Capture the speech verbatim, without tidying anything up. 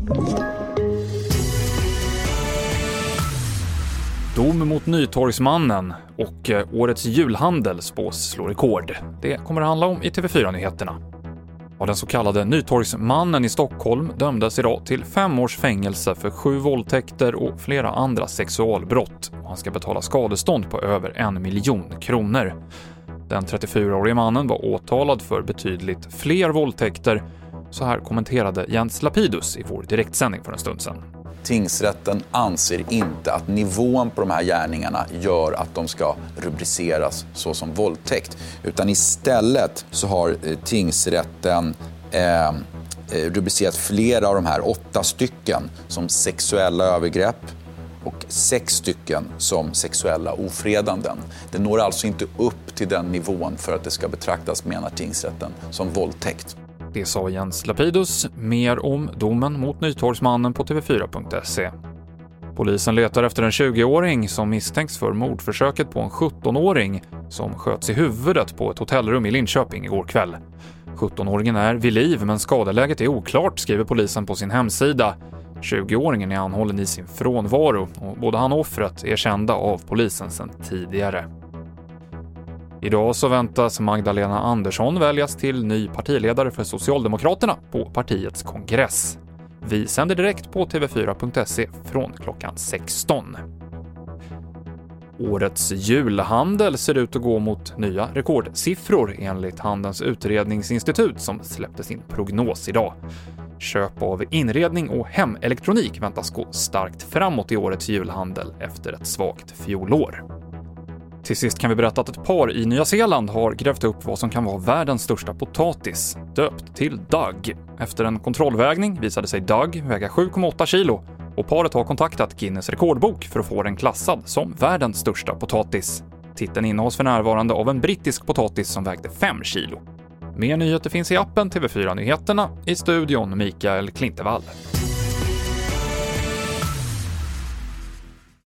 Dom mot Nytorgsmannen och årets julhandel spås slå rekord. Det kommer att handla om i T V fyra-nyheterna. Ja, den så kallade Nytorgsmannen i Stockholm dömdes idag till fem års fängelse för sju våldtäkter och flera andra sexualbrott. Och han ska betala skadestånd på över en miljon kronor. Den trettiofyraårige mannen var åtalad för betydligt fler våldtäkter. Så här kommenterade Jens Lapidus i vår direktsändning för en stund sedan. Tingsrätten anser inte att nivån på de här gärningarna gör att de ska rubriceras så som våldtäkt. Utan istället så har eh, tingsrätten eh, rubricerat flera av de här åtta stycken som sexuella övergrepp och sex stycken som sexuella ofredanden. Det når alltså inte upp till den nivån för att det ska betraktas, menar tingsrätten, som våldtäkt. Det sa Jens Lapidus. Mer om domen mot Nytorgsmannen på T V fyra punkt se. Polisen letar efter en tjugoåring som misstänks för mordförsöket på en sjuttonåring som sköts i huvudet på ett hotellrum i Linköping igår kväll. sjuttonåringen är vid liv men skadeläget är oklart, skriver polisen på sin hemsida. tjugoåringen är anhållen i sin frånvaro och både han och offret är kända av polisen sedan tidigare. Idag så väntas Magdalena Andersson väljas till ny partiledare för Socialdemokraterna på partiets kongress. Vi sänder direkt på T V fyra punkt se från klockan sexton. Årets julhandel ser ut att gå mot nya rekordsiffror enligt Handelns utredningsinstitut som släppte sin prognos idag. Köp av inredning och hemelektronik väntas gå starkt framåt i årets julhandel efter ett svagt fjolår. Till sist kan vi berätta att ett par i Nya Zeeland har grävt upp vad som kan vara världens största potatis, döpt till Doug. Efter en kontrollvägning visade sig Doug väga sju komma åtta kilo och paret har kontaktat Guinness rekordbok för att få den klassad som världens största potatis. Titeln innehas för närvarande av en brittisk potatis som vägde fem kilo. Mer nyheter finns i appen T V fyra-nyheterna, i studion Mikael Klintevall.